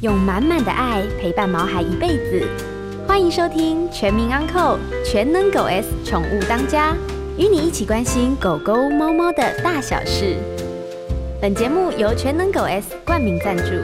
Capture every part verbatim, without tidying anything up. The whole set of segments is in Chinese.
用满满的爱陪伴毛孩一辈子。欢迎收听全民安扣全能狗 S 宠物当家，与你一起关心狗狗、猫猫的大小事。本节目由全能狗 S 冠名赞助。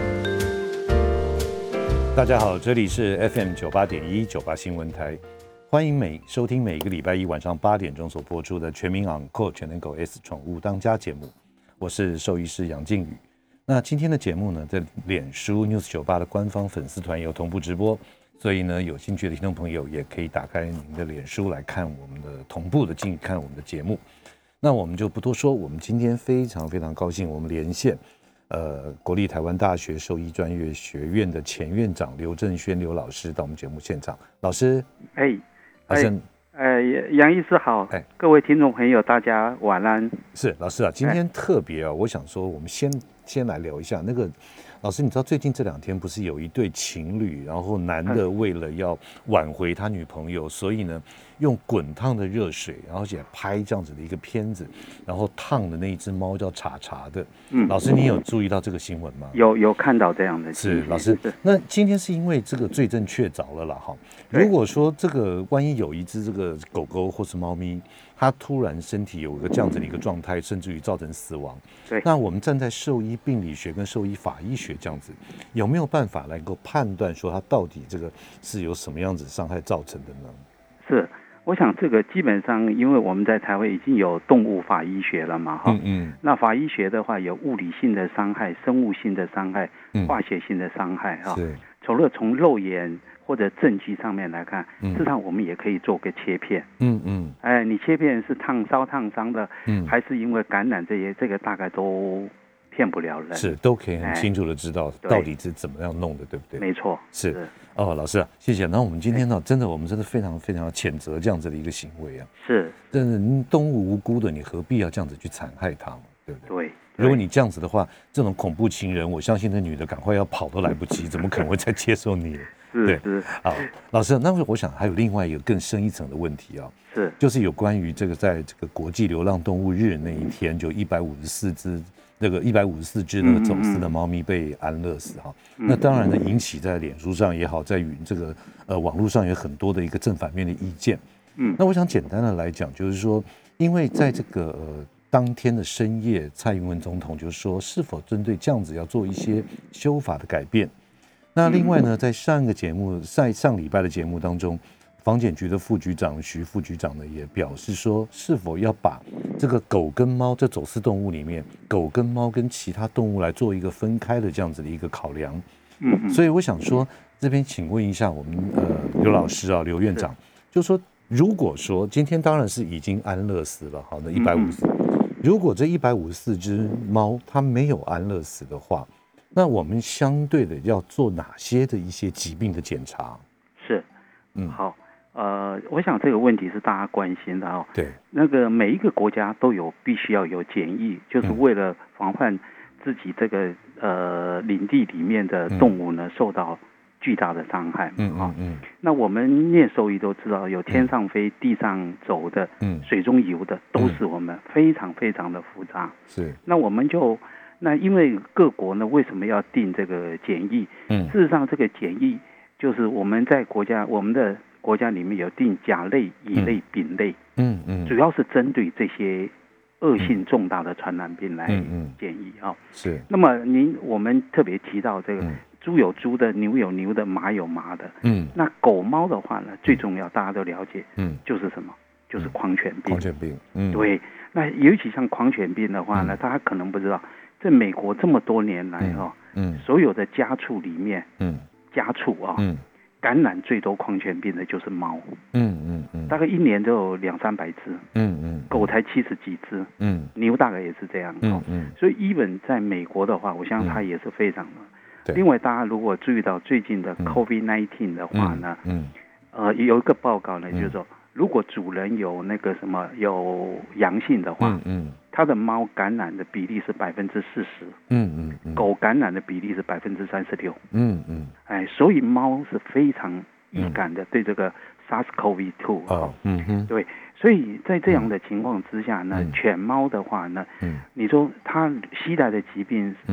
大家好，这里是 F M 九八点一九八新闻台，欢迎每收听每个礼拜一晚上八点钟所播出的全民昂扣全能狗 S 宠物当家节目。我是兽医师杨靖宇。那今天的节目呢，在脸书 News 九八的官方粉丝团有同步直播，所以呢，有兴趣的听众朋友也可以打开您的脸书来看我们的同步的进看我们的节目。那我们就不多说，我们今天非常非常高兴，我们连线呃国立台湾大学兽医专业学院的前院长刘正轩刘老师到我们节目现场。老师， 哎， 老师。 呃，杨医师好，哎，各位听众朋友，大家晚安。 是老师啊，今天特别啊，我想说，我们先先来聊一下那个。老师，你知道最近这两天不是有一对情侣，然后男的为了要挽回他女朋友，所以呢用滚烫的热水，然后且拍这样子的一个片子，然后烫的那一只猫叫茶茶的。嗯，老师，你有注意到这个新闻吗？ 有有看到这样的。 是老师，那今天是因为这个罪证确凿了啦哈。如果说这个万一有一只这个狗狗或是猫咪，它突然身体有一个这样子的一个状态，甚至于造成死亡， 对， 那我们站在兽医病理学跟兽医法医学这样子，有没有办法来够判断说它到底这个是由什么样子伤害造成的呢？ 是，我想这个基本上，因为我们在台湾已经有动物法医学了嘛，哈，嗯嗯，那法医学的话有物理性的伤害、生物性的伤害、化学性的伤害，哈、嗯，除了从肉眼或者证据上面来看，事实上我们也可以做个切片，嗯嗯，哎，你切片是烫烧烫伤的，嗯，还是因为感染这些，这个大概都骗不了人， 是都可以很清楚的知道到底是怎么样弄的，对不对？ 没错， 是, 是哦，老师啊，谢谢。那我们今天呢，真的我们真的非常非常谴责这样子的一个行为啊， 是， 真的动物无辜的，你何必要这样子去残害它嘛，对不对？ 对。 如果你这样子的话，这种恐怖情人，我相信那女的赶快要跑都来不及，怎么可能会再接受你？ 对， 好，老师，那我想还有另外一个更深一层的问题啊， 是， 就是有关于这个在这个国际流浪动物日那一天，就一百五十四只那个一百五十四只那个走私的猫咪被安乐死哈、嗯，那当然呢，引起在脸书上也好，在于这个呃网络上有很多的一个正反面的意见。嗯，那我想简单的来讲，就是说，因为在这个呃。当天的深夜，蔡英文总统就说，是否针对这样子要做一些修法的改变？那另外呢，在上一个节目，在上礼拜的节目当中，防检局的副局长徐副局长呢也表示说，是否要把这个狗跟猫这走私动物里面，狗跟猫跟其他动物来做一个分开的这样子的一个考量。嗯，所以我想说，这边请问一下我们呃刘老师啊，刘院长，就说如果说今天当然是已经安乐死了，好，那一百五十。如果这一百五十四只猫它没有安乐死的话，那我们相对的要做哪些的一些疾病的检查？ 是，嗯，好，呃，我想这个问题是大家关心的哦。 对， 那个每一个国家都有必须要有检疫，就是为了防范自己这个呃领地里面的动物呢、嗯、受到巨大的伤害，嗯嗯嗯，那我们念兽医都知道，有天上飞、嗯、地上走的，嗯，水中游的，都是我们非常非常的复杂。 是， 那我们就那因为各国呢为什么要定这个检疫？嗯，事实上这个检疫就是我们在国家我们的国家里面有定甲类、乙类、丙类，嗯嗯，主要是针对这些恶性重大的传染病来检疫啊、哦。 是， 那么您我们特别提到这个。嗯，猪有猪的，牛有牛的，马有马的。嗯，那狗猫的话呢，最重要大家都了解，嗯，就是什么？就是狂犬病。 狂犬病，嗯， 对。那尤其像狂犬病的话呢，嗯、大家可能不知道，在美国这么多年来哈、哦，嗯，所有的家畜里面，嗯，家畜啊、哦，嗯，感染最多狂犬病的就是猫，嗯嗯嗯，大概一年都有两三百只，嗯嗯，狗才七十几只，嗯，牛大概也是这样，嗯嗯，所以 even 在美国的话，我相信它也是非常的。另外，大家如果注意到最近的 COVID 十九 的话呢，嗯，嗯呃，有一个报告呢，嗯、就是说，如果主人有那个什么有阳性的话，嗯嗯，它的猫感染的比例是百分之四十，嗯嗯，嗯狗感染的比例是百分之三十六，嗯嗯，哎，所以猫是非常易感的，嗯、对这个 SARS-C o V 二 哦，嗯哼，对，所以在这样的情况之下呢，嗯、犬猫的话呢，嗯，你说它携带的疾病，嗯。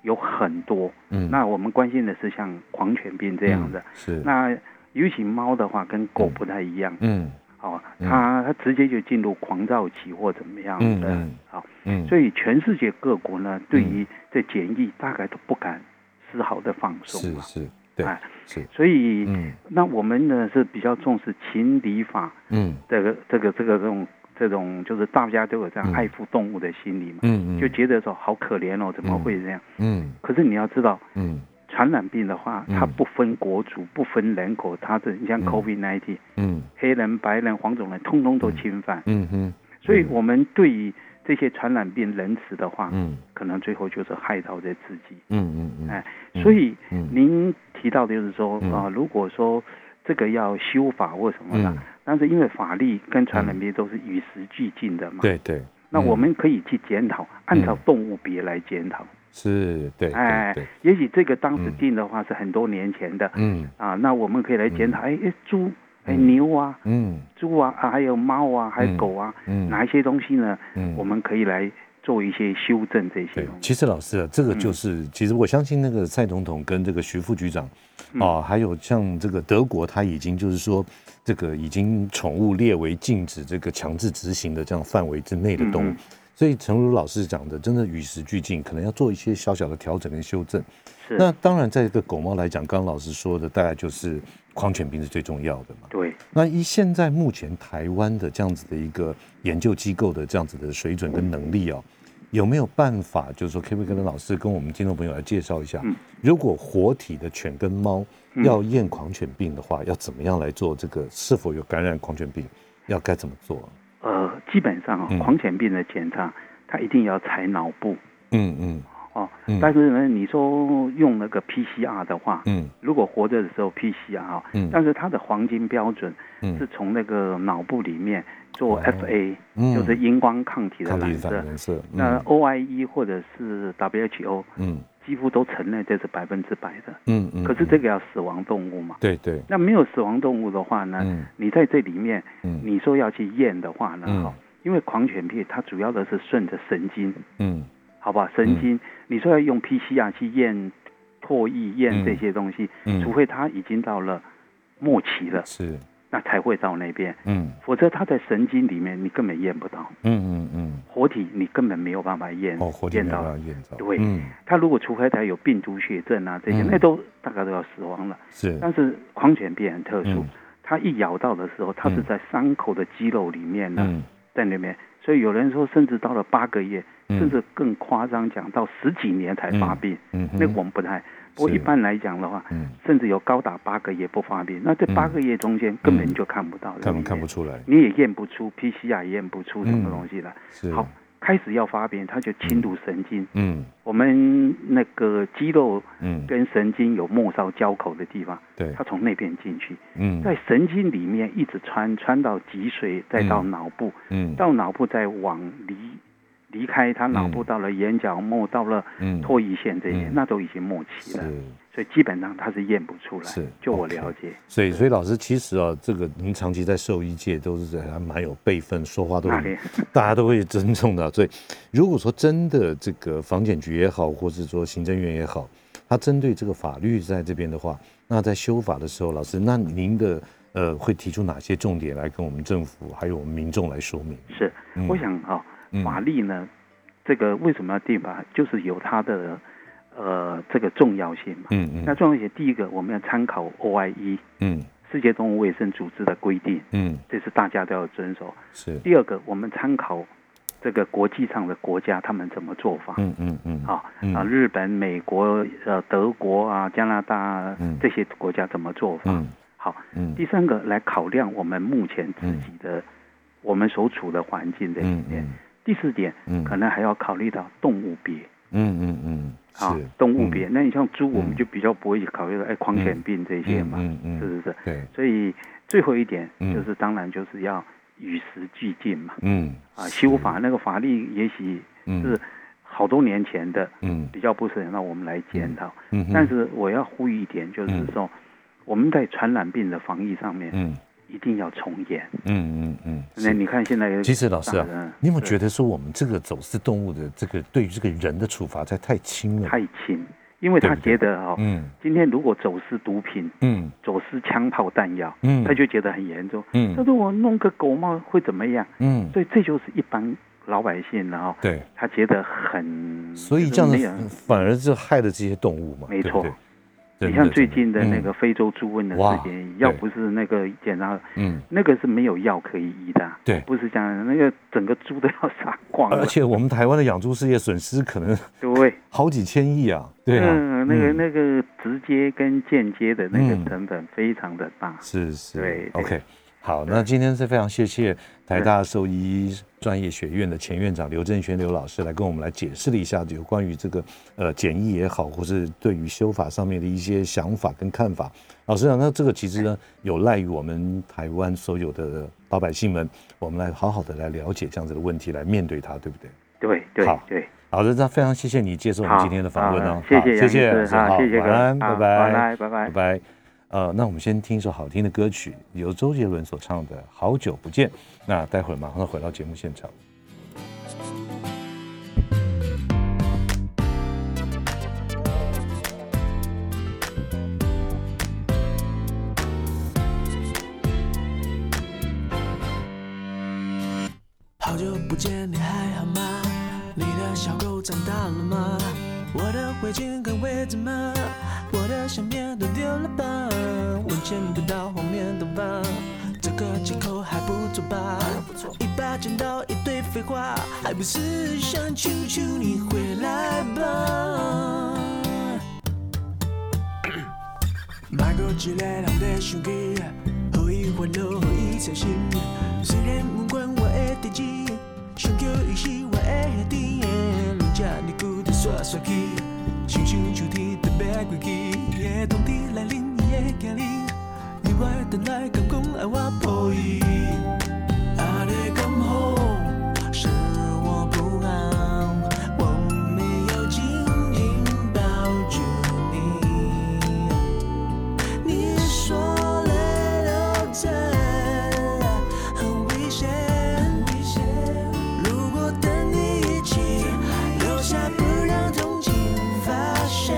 有很多。嗯，那我们关心的是像狂犬病这样的。嗯、 是。 那尤其猫的话，跟狗不太一样。嗯。哦，它它直接就进入狂躁期或怎么样的。嗯。好、哦。嗯。所以全世界各国呢，对于这检疫大概都不敢丝毫的放松。 是是。对。哎， 是。所以，嗯，那我们呢是比较重视情理法。嗯。这个这个这个这种。这种就是大家都有这样爱护动物的心理嘛，嗯嗯，就觉得说好可怜哦，怎么会这样？嗯，可是你要知道，嗯，传染病的话，它不分国族，不分人口，它的你像 COVID 十九，嗯，黑人、白人、黄种人，通通都侵犯，嗯哼，所以我们对于这些传染病仁慈的话，嗯，可能最后就是害到这自己，嗯嗯嗯，哎，所以您提到的就是说啊，如果说这个要修法或什么的。但是因为法律跟传染病都是与时俱进的嘛， 对对， 那我们可以去检讨，按照动物别来检讨， 是，对， 哎，也许这个当时定的话是很多年前的，嗯，啊，那我们可以来检讨，哎哎，猪，哎牛啊，嗯，猪啊，还有猫啊，还有狗啊，嗯，哪一些东西呢？嗯，我们可以来做一些修正这些东西。 其实老师啊，这个就是，嗯、其实我相信那个蔡总统跟这个徐副局长，嗯、啊，还有像这个德国，他已经就是说。这个已经宠物列为禁止这个强制执行的这样范围之内的动物，嗯、所以诚如老师讲的，真的与时俱进，可能要做一些小小的调整跟修正。那当然，在这个狗猫来讲，刚刚老师说的大概就是狂犬病是最重要的嘛。 对。 那以现在目前台湾的这样子的一个研究机构的这样子的水准跟能力啊、哦，有没有办法，就是说，可不可以跟老师跟我们听众朋友来介绍一下，嗯、如果活体的犬跟猫要验狂犬病的话，要怎么样来做？这个是否有感染狂犬病，要该怎么做？ 呃，基本上啊、哦，嗯、狂犬病的检查，它一定要采脑部。嗯嗯。哦，嗯、但是呢，你说用那个 P C R 的话，嗯，如果活着的时候 P C R 啊、哦，嗯，但是它的黄金标准是从那个脑部里面做 F A，、哦嗯、就是荧光抗体的染色。 染色嗯、 那 O I E 或者是 W H O， 嗯。几乎都承认这是百分之百的，嗯嗯。可是这个要死亡动物嘛？ 对对。 那没有死亡动物的话呢？嗯、你在这里面，嗯、你说要去验的话呢？哈、嗯，因为狂犬病它主要的是顺着神经，嗯，好吧，神经，嗯、你说要用 P C R 去验唾液、验这些东西，嗯、除非它已经到了末期了， 是。 那才会到那边，嗯，否则它在神经里面你根本验不到，嗯嗯嗯，活体你根本没有办法验， 哦，活体没有办法验到， 对，嗯，它如果除非它有病毒血症啊这些，嗯、那都大概都要死亡了， 是， 但是狂犬病很特殊，嗯、它一咬到的时候，它是在伤口的肌肉里面呢，嗯、在那边，所以有人说甚至到了八个月，嗯、甚至更夸张讲到十几年才发病，嗯，嗯那我们不太。不过一般来讲的话，嗯、甚至有高达八个月不发病，那这八个月中间根本就看不到， 根本看不出来， 你也验不出 P C R 也验不出什么东西来。嗯、好，开始要发病，它就侵入神经。嗯，我们那个肌肉跟神经有末梢交口的地方，对、嗯，它从那边进去，嗯，在神经里面一直穿穿到脊髓，再到脑部，嗯，到脑部再往离。离开他脑部到了眼角膜，嗯、到了唾液腺这些，嗯、那都已经末期了，所以基本上他是验不出来。是，就我了解。 所以，所以老师其实啊，这个您长期在兽医界都是还蛮有辈分，说话都大家都会尊重的。所以，如果说真的这个防检局也好，或是说行政院也好，他针对这个法律在这边的话，那在修法的时候，老师，那您的呃会提出哪些重点来跟我们政府还有我们民众来说明？ 是，嗯、我想啊。法律呢，这个为什么要定法？就是有它的呃这个重要性嘛。嗯嗯。那重要性，第一个我们要参考 O I E， 嗯，世界动物卫生组织的规定，嗯，这是大家都要遵守。 是。 第二个，我们参考这个国际上的国家他们怎么做法。嗯嗯嗯。啊啊，日本、美国、呃德国啊、加拿大、嗯、这些国家怎么做法？嗯。好。嗯。第三个，来考量我们目前自己的。嗯我们所处的环境这一点，嗯嗯、第四点，嗯、可能还要考虑到动物别，嗯嗯嗯，啊，动物别，嗯、那你像猪，我们就比较不会考虑到哎狂犬病这些嘛，嗯嗯嗯、是不是？对，所以最后一点就是，当然就是要与时俱进嘛，嗯，啊，修法那个法律也许是好多年前的，嗯，比较不是让我们来检讨，嗯，但是我要呼吁一点，就是说、嗯、我们在传染病的防疫上面，嗯。 一定要从严。 嗯嗯嗯。 那你看现在， 其实老师啊，你有没有觉得说我们这个走私动物的这个对于这个人的处罚在太轻了？ 太轻，因为他觉得哦，嗯，今天如果走私毒品，嗯，走私枪炮弹药，嗯，他就觉得很严重，嗯，他说我弄个狗帽会怎么样？嗯，所以这就是一般老百姓然后，对，他觉得很， 所以这样子反而就害了这些动物嘛， 没错。你像最近的那个非洲猪瘟的事件，要不是那个检查，嗯，那个是没有药可以医的，对，不是这样，那个整个猪都要杀光了。 而且我们台湾的养猪事业损失可能对好几千亿啊，对啊， 嗯，那个那个直接跟间接的那个成本非常的大， 是是，对 ，OK。好，那今天是非常谢谢台大兽医专业学院的前院长刘正轩刘老师来跟我们来解释了一下有关于这个呃检疫也好，或是对于修法上面的一些想法跟看法。老师讲，那这个其实呢有赖于我们台湾所有的老百姓们，我们来好好的来了解这样子的问题，来面对它，对不对？ 对对好对。 好的，那非常谢谢你接受我们今天的访问哦， 谢谢谢谢， 好，谢谢， 晚安，拜拜， 晚安，拜拜， 拜拜。呃，那我们先听一首好听的歌曲，由周杰伦所唱的《好久不见》。那待会儿马上回到节目现场。 好久不见，你还好吗？你的小狗长大了吗？我的围巾跟围子吗？我的相片都丢了吧？闻见不到后面的吧？这个借口还不错吧？一把剪刀一堆废话，还不是想求求你回来吧？买个一个人的手机，可以欢乐可以开心。虽然不管我的代志，想叫伊是我的兄弟，人家你孤单耍耍去。想想秋天特别过去，夜冬天来临，伊会惊你，你我等来敢讲爱我抱伊，爱你刚好是我不安，我没有紧紧抱住你，你说泪流着很危险，如果等你一起留下不让同情发现。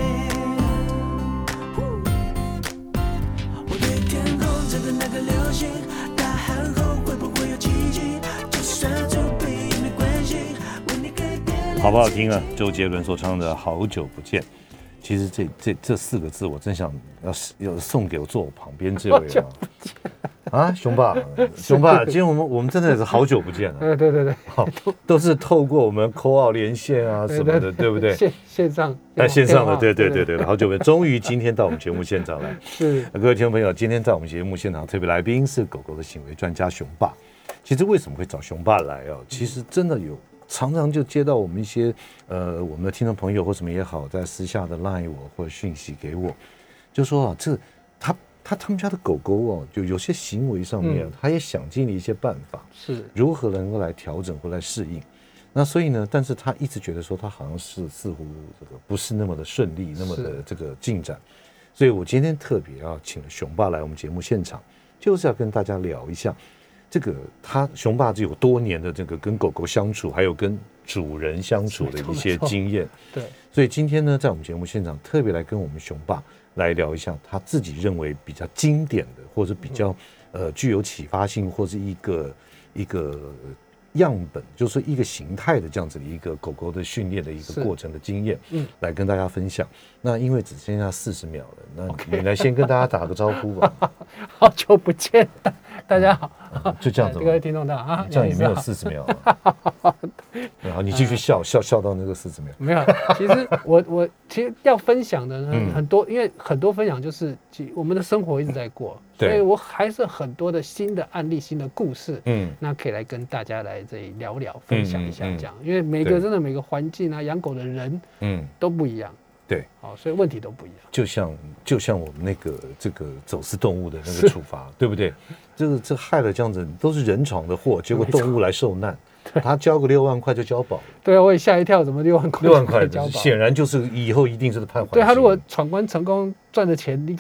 我对天空真的那个流星，大喊后会不会有奇迹？就算作弊也没关系，为你改变。 好不好听啊？周杰伦所唱的《好久不见》。其实这这这四个字，我真想要要送给我坐我旁边这位啊。啊，雄爸，雄爸，今天我们我们真的是好久不见了。 对对对对， 好，都是透过我们 call out 连线啊什么的，对不对？ 线线上， 在线上的，对对对对，好久不见，终于今天到我们节目现场来。 是， 各位听众朋友，今天在我们节目现场特别来宾是狗狗的行为专家雄爸。其实为什么会找雄爸来啊？其实真的有常常就接到我们一些呃我们的听众朋友或什么也好，在私下的 line 我或者讯息给我，就说啊，这他。他他们家的狗狗哦，就有些行为上面，嗯、他也想尽了一些办法， 是如何能够来调整或来适应。那所以呢，但是他一直觉得说，他好像是似乎这个不是那么的顺利，那么的这个进展。所以我今天特别要请了雄爸来我们节目现场，就是要跟大家聊一下这个他雄爸就有多年的这个跟狗狗相处，还有跟主人相处的一些经验。 对， 所以今天呢，在我们节目现场特别来跟我们雄爸来聊一下他自己认为比较经典的，或者比较呃具有启发性，或是一个一个样本，就是一个形态的这样子的一个狗狗的训练的一个过程的经验，嗯，来跟大家分享。那因为只剩下四十秒了，那你来先跟大家打个招呼吧。 好久不见，大家好。 嗯、就这样子， 各位听众大家啊， 这样也没有四十秒、啊。然后你继续笑笑笑到那个四十秒。 没有，其实我我其实要分享的呢、嗯、很多，因为很多分享就是我们的生活一直在过，所以我还是很多的新的案例、新的故事，嗯，那可以来跟大家来这里聊聊、分享一下这样，嗯嗯嗯、因为每个真的每个环境啊，养狗的人，嗯，都不一样。 对， 好，所以问题都不一样。 就像就像我们那个这个走私动物的那个处罚，对不对？这个这害了这样子，都是人闯的祸，结果动物来受难，他交个六万块就交保了。 对啊，我也吓一跳，怎么六万块？ 六万块交保，显然就是以后一定是判缓刑。 对，他如果闯关成功赚的钱，应该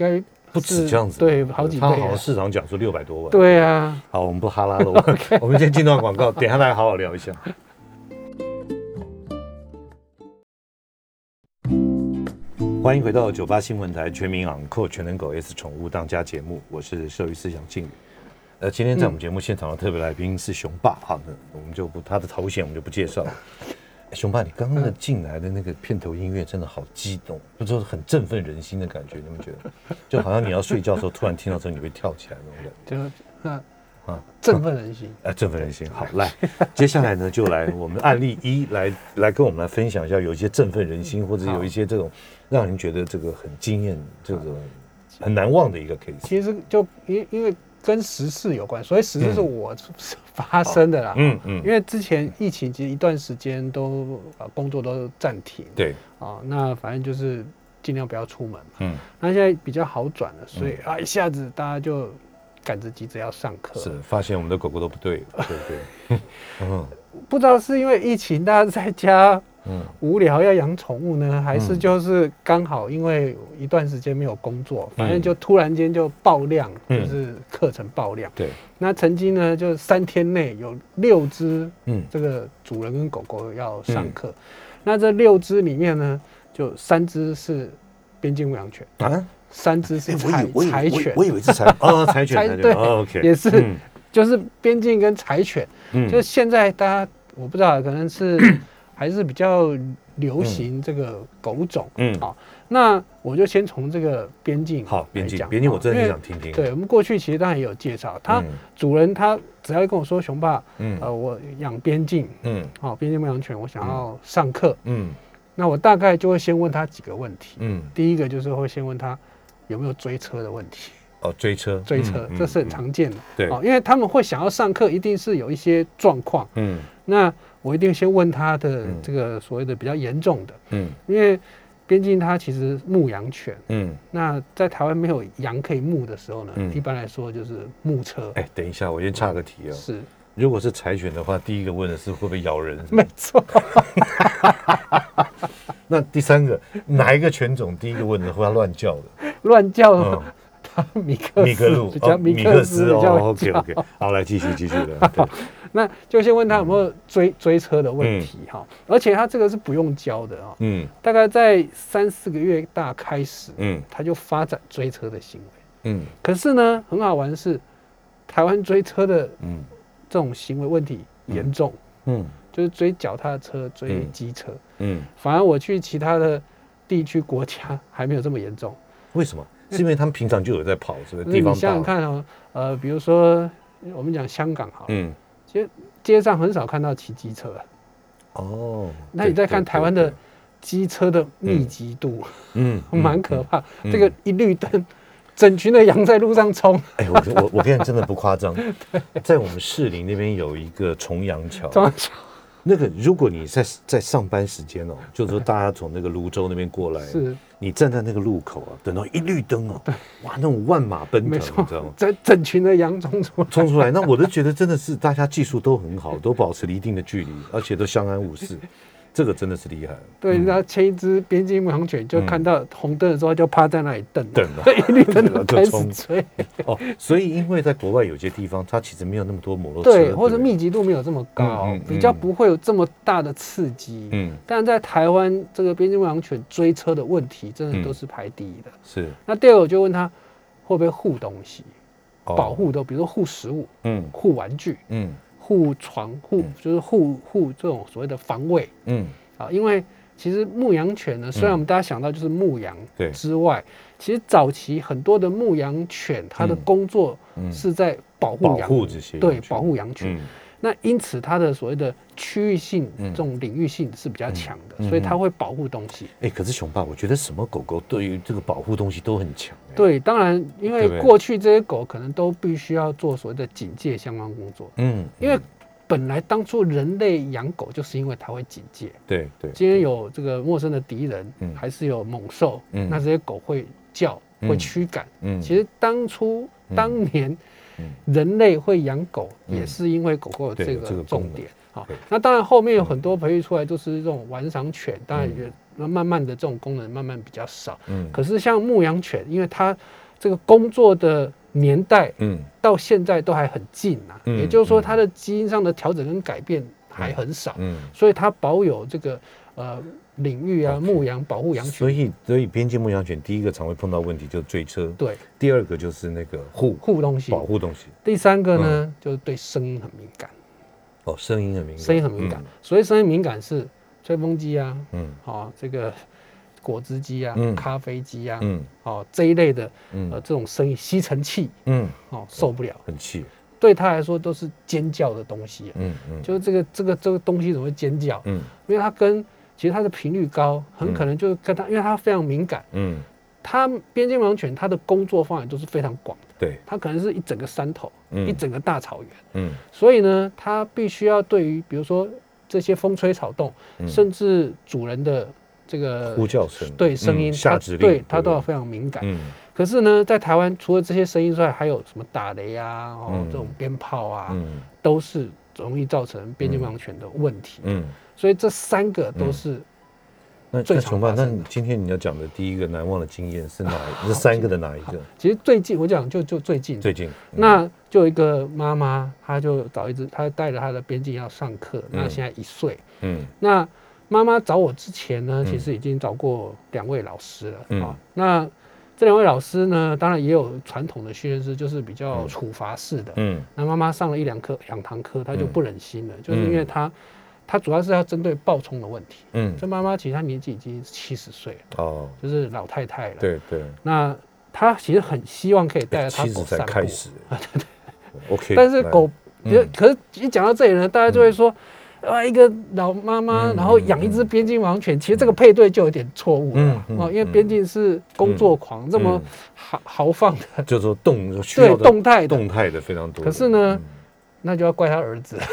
不止这样子， 对，好几倍。 他好像市场讲说六百多万。 对啊。 好，我们不哈拉了，okay. 我们先进段广告，等一下来好好聊一下。欢迎回到九八新闻台全民昂扣全能狗 S 宠物当家节目，我是兽医师杨靖宇。呃，今天在我们节目现场的特别来宾是熊爸，好的，我们就不他的头衔我们就不介绍了。熊爸，你刚刚的进来的那个片头音乐真的好激动，就说很振奋人心的感觉，你们觉得？就好像你要睡觉的时候突然听到之后你会跳起来那种感觉。 就那啊，振奋人心， 哎、呃，振奋人心。好，来，接下来呢，就来我们案例一来来跟我们来分享一下，有一些振奋人心，或者有一些这种让人觉得这个很惊艳、这种很难忘的一个 case。 其实就因因为跟时事有关，所以时事是我发生的啦。嗯嗯。因为之前疫情其实一段时间都啊工作都暂停。 对。 啊，那反正就是尽量不要出门嘛。嗯。那现在比较好转了，所以啊一下子大家就赶着急着要上课， 是发现我们的狗狗都不对了，对对， 嗯，不知道是因为疫情大家在家，嗯，无聊要养宠物呢，还是就是刚好因为一段时间没有工作，嗯、反正就突然间就爆量，嗯、就是课程爆量。 对， 那曾经呢，就三天内有六只，嗯，这个主人跟狗狗要上课，嗯、那这六只里面呢，就三只是边境牧羊犬啊。三只是柴柴犬， 我以为是柴哦，柴犬，柴对 ，OK， 也是，嗯、就是边境跟柴犬，嗯、就是现在大家我不知道，可能是还是比较流行这个狗种，嗯，好，那我就先从这个边境好边境边境，我真的很想听听。 对，我们过去其实当然也有介绍，他主人他只要跟我说熊爸，嗯，呃，我养边境，嗯，好，边境牧羊犬，我想要上课，嗯，那我大概就会先问他几个问题，嗯，第一个就是会先问他有没有追车的问题？ 哦，追车， 追车，嗯、这是很常见的。 嗯、对、 哦，因为他们会想要上课，一定是有一些状况。嗯，那我一定先问他的这个所谓的比较严重的。嗯，因为边境它其实牧羊犬。嗯，那在台湾没有羊可以牧的时候呢，嗯、一般来说就是牧车。 哎，等一下，我先岔个题哦。 是， 如果是柴犬的话，第一个问的是会不会咬人？ 没错。 那第三个哪一个犬种第一个问的会要乱叫的？ 乱叫的，嗯、他米克米克鲁比较、哦、米克斯比较、哦、OK OK， 好，来继续继续的。 那就先问他有没有追追车的问题哈，嗯、而且他这个是不用教的啊，嗯，大概在三四个月大开始，嗯，他就发展追车的行为，嗯，可是呢，很好玩的是，台湾追车的，嗯，这种行为问题严重，嗯。嗯就是追脚踏车、追机车，嗯，嗯反而我去其他的地区国家还没有这么严重。 为什么？是因为他们平常就有在跑，是不是？地方大。 你想想看哦，呃，比如说我们讲香港好了，嗯，其实街上很少看到骑机车。哦。那你再看台湾的机车的密集度，嗯，蛮可怕。嗯、这个一绿灯。整群的羊在路上冲， 哎，我我我跟你真的不夸张，在我们士林那边有一个重阳桥， 重阳桥， 那个如果你在在上班时间哦，就是说大家从那个泸州那边过来，是，你站在那个路口啊，等到一绿灯哦，哇，那种万马奔腾，你知道吗？ 整整群的羊冲出来， 冲出来，那我都觉得真的是大家技术都很好，都保持了一定的距离，而且都相安无事。这个真的是厉害。 对，然后牵一只边境牧羊犬，就看到红灯的时候就趴在那里等，等，一绿灯就开始追。 哦，所以因为在国外有些地方，它其实没有那么多摩托车， 对，或者密集度没有这么高，嗯嗯嗯、比较不会有这么大的刺激。嗯，但在台湾这个边境牧羊犬追车的问题，真的都是排第一的。 是。 那第二个我就问他会不会护东西，哦、保护的，比如说护食物，嗯，护玩具，嗯。护床护就是护护这种所谓的防卫，嗯啊，因为其实牧羊犬呢，虽然我们大家想到就是牧羊之外，嗯、其实早期很多的牧羊犬，它的工作是在保护羊， 保护这些对保护羊群。嗯、那因此它的所谓的区域性、这种领域性是比较强的，嗯、所以它会保护东西。 哎、欸，可是熊爸，我觉得什么狗狗对于这个保护东西都很强。 对，当然，因为过去这些狗可能都必须要做所谓的警戒相关工作。嗯，因为本来当初人类养狗就是因为它会警戒。 对对。 今天有这个陌生的敌人，嗯、还是有猛兽，嗯、那这些狗会叫，嗯、会驱赶。嗯，其实当初当年。人类会养狗，也是因为狗狗有这个重点。好，那当然后面有很多培育出来，就是这种玩赏犬，当然也慢慢的这种功能慢慢比较少。嗯，可是像牧羊犬，因为它这个工作的年代，嗯，到现在都还很近啊，嗯、也就是说，它的基因上的调整跟改变还很少，嗯，所以它保有这个呃领域啊，牧羊保护羊群。 所以，所以边境牧羊犬第一个常会碰到问题就是追车， 对； 第二个就是那个护护东西， 保护东西； 第三个呢，嗯、就是对声音很敏感。 哦，声音很敏感， 声音很敏感，嗯、所以声音敏感是吹风机啊，嗯，哦，这个果汁机啊，嗯、咖啡机啊，嗯，哦这一类的，嗯、呃，这种声音吸尘器，嗯，哦受不了， 很气， 对他来说都是尖叫的东西、啊，嗯嗯，就是这个这个这个东西怎么会尖叫？嗯，因为它跟其实它的频率高，很可能就跟它，因为它非常敏感，嗯，它边境牧羊犬它的工作范围都是非常广的。 对， 它可能是一整个山头，嗯、一整个大草原，嗯，所以呢，它必须要对于比如说这些风吹草动，嗯、甚至主人的这个呼叫声， 对声音， 嗯、下指令， 对它都要非常敏感。嗯，可是呢，在台湾除了这些声音之外，还有什么打雷啊，哦，嗯、这种鞭炮啊，嗯、都是容易造成边境牧羊犬的问题。嗯，所以这三个都是。嗯那那熊爸，那你今天你要讲的第一个难忘的经验是哪一？这三个的哪一个？ 其实最近我讲就就最近， 最近，嗯、 那就有一个妈妈，她就找一只，她带着她的边境要上课，嗯、那现在一岁，嗯，那妈妈找我之前呢，其实已经找过两位老师了，嗯、啊，那这两位老师呢，当然也有传统的训练师，就是比较处罚式的，嗯，那妈妈上了一两课两堂课，她就不忍心了，嗯、就是因为她。他主要是要针对暴冲的问题。嗯，这妈妈其实她年纪已经七十岁了，哦，就是老太太了。 对对。 那她其实很希望可以带着她狗散步。 开始。对对。OK。 但是狗，嗯、可是一讲到这里呢，大家就会说，啊、嗯，一个老妈妈，然后养一只边境牧羊犬，嗯、其实这个配对就有点错误了。嗯嗯、哦，因为边境是工作狂，嗯、这么豪豪放的， 就是说动对动态的动态的非常多。 可是呢？嗯那就要怪他儿子，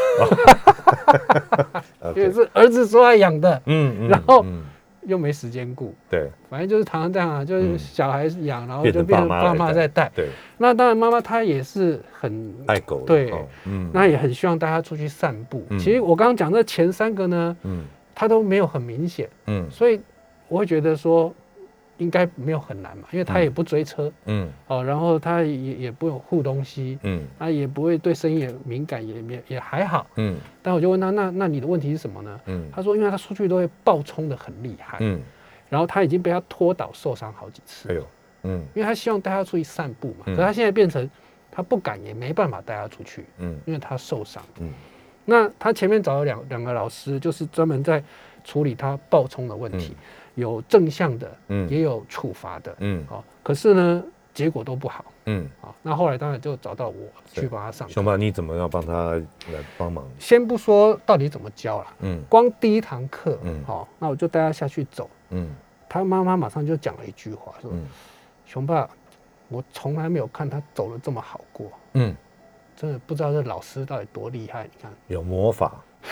因为是儿子说要养的，嗯，然后又没时间顾， 对， 反正就是常常这样啊，就是小孩养，然后就变成爸妈在带， 对。 那当然妈妈她也是很爱狗， 对，嗯，那也很希望带他出去散步。其实我刚刚讲这前三个呢，嗯，他都没有很明显，嗯，所以我会觉得说。应该没有很难嘛，因为他也不追车，嗯，哦，然后他也也不用护东西，嗯，他也不会对声音也敏感，也也也还好，嗯。但我就问他，那那你的问题是什么呢？嗯，他说，因为他出去都会暴冲的很厉害，嗯，然后他已经被他拖倒受伤好几次，哎呦，嗯，因为他希望带他出去散步嘛，可是他现在变成他不敢也没办法带他出去，嗯，因为他受伤，嗯。那他前面找了两两个老师，就是专门在处理他暴冲的问题。有正向的，嗯，也有处罚的，嗯，好，可是呢，结果都不好，嗯，好，那后来当然就找到我去帮他上课。 熊爸，你怎么要帮他来帮忙？ 先不说到底怎么教啦，嗯，光第一堂课，嗯，好，那我就带他下去走，嗯，他妈妈马上就讲了一句话，说，嗯、熊爸，我从来没有看他走得这么好过，嗯，真的不知道这老师到底多厉害，你看， 有魔法。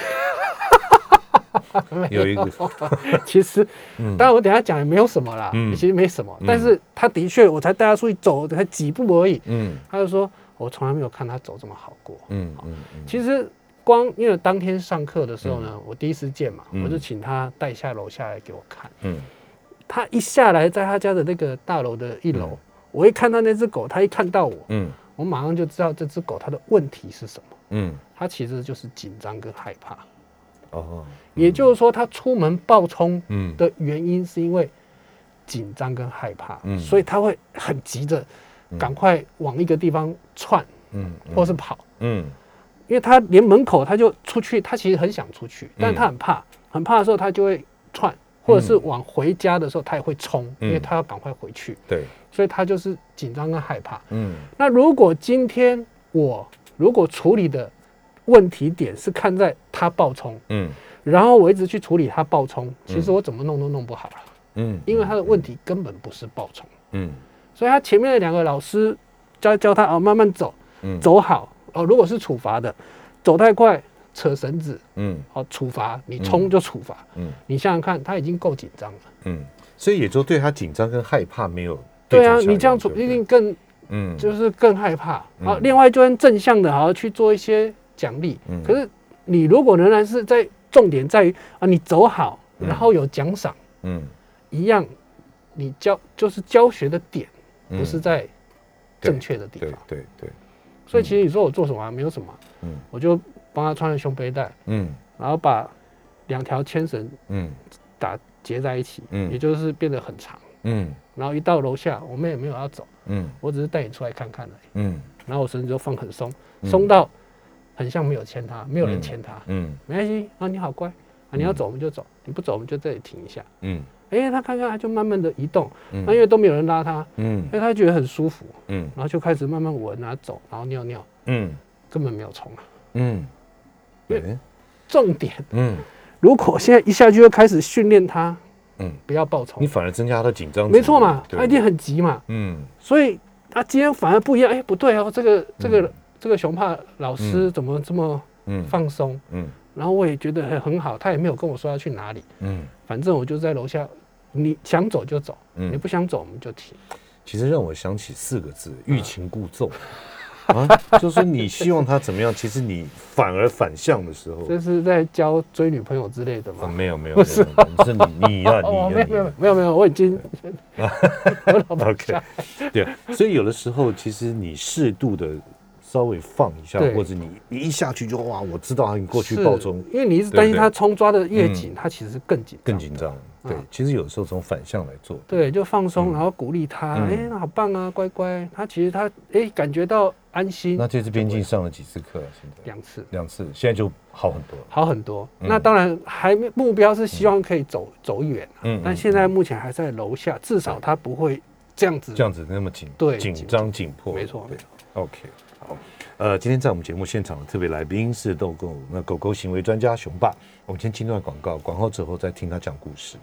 有一个， 其实，嗯、当然我等一下讲也没有什么啦，嗯、其实没什么，嗯、但是他的确，我才带他出去走，才几步而已，嗯，他就说，我从来没有看他走这么好过，嗯嗯嗯，其实光因为当天上课的时候呢，嗯、我第一次见嘛，嗯、我就请他带下楼下来给我看，嗯，他一下来，在他家的那个大楼的一楼，嗯、我一看到那只狗，他一看到我，嗯，我马上就知道这只狗它的问题是什么，嗯，它其实就是紧张跟害怕。哦，也就是说，他出门暴冲的原因是因为紧张跟害怕，嗯、所以他会很急着赶快往一个地方窜，嗯，或是跑，嗯，因为他连门口他就出去，他其实很想出去，但是他很怕，很怕的时候他就会窜，或者是往回家的时候他也会冲，因为他要赶快回去， 对， 所以他就是紧张跟害怕，嗯，那如果今天我如果处理的问题点是看在他暴冲，嗯，然后我一直去处理他暴冲，其实我怎么弄都弄不好了，嗯，因为他的问题根本不是暴冲，嗯，所以他前面的两个老师教教他哦，慢慢走，嗯，走好哦，如果是处罚的，走太快扯绳子，嗯，哦，处罚你冲就处罚，嗯，你想想看，他已经够紧张了， 嗯，所以也就对他紧张跟害怕没有， 对啊，你这样处一定更，嗯，就是更害怕，好，另外就跟正向的，好去做一些。奖励，可是你如果仍然是在重点在于啊，你走好，然后有奖赏，嗯，一样，你教就是教学的点，不是在正确的地方。 对对对。 所以其实你说我做什么、啊？没有什么。嗯。我就帮他穿了胸背带。嗯。然后把两条牵绳嗯打结在一起，嗯，也就是变得很长。嗯。然后一到楼下，我们也没有要走。嗯。我只是带你出来看看而已。嗯。然后我绳子就放很松，松到很像没有牵它，没有人牵它。嗯。没关系啊，你好乖啊，你要走我们就走，你不走我们就这里停一下。嗯。哎，他看看，他就慢慢的移动，那因为都没有人拉他，嗯，所以他觉得很舒服，嗯，然后就开始慢慢闻啊走，然后尿尿，嗯，根本没有虫啊，嗯，对，重点，嗯，如果现在一下去就开始训练他，嗯，不要爆虫， 你反而增加他的紧张， 没错嘛，他一定很急嘛，嗯，所以他今天反而不一样，哎，不对哦，这个这个这个熊怕老师怎么这么放松，嗯。然后我也觉得很很好，他也没有跟我说要去哪里，嗯，反正我就在楼下，你想走就走，嗯，你不想走我们就停。 其实让我想起四个字：欲擒故纵。啊，就是你希望他怎么样，其实你反而反向的时候， 这是在教追女朋友之类的吗？ 啊、没有没有，不是，是你你呀、啊、你、啊、 没有没有没有没有，我已经 OK， 对，所以有的时候其实你适度的。稍微放一下，或者你你一下去就哇，我知道你过去爆冲， 因为你一直担心他冲抓的越紧，他其实更紧更紧张。对，其实有的时候从反向来做， 对，就放松，然后鼓励他，哎，那好棒啊，乖乖。他其实他哎感觉到安心。 那这次边境上了几次课？现在两次， 两次，现在就好很多， 好很多。那当然还目标是希望可以走走远，嗯，但现在目前还在楼下，至少他不会这样子这样子那么紧， 对， 紧张紧迫， 没错， 对 ，OK。好，呃，今天在我们节目现场的特别来宾是狗狗那狗狗行为专家熊爸。我们先听段广告，广告之后再听他讲故事。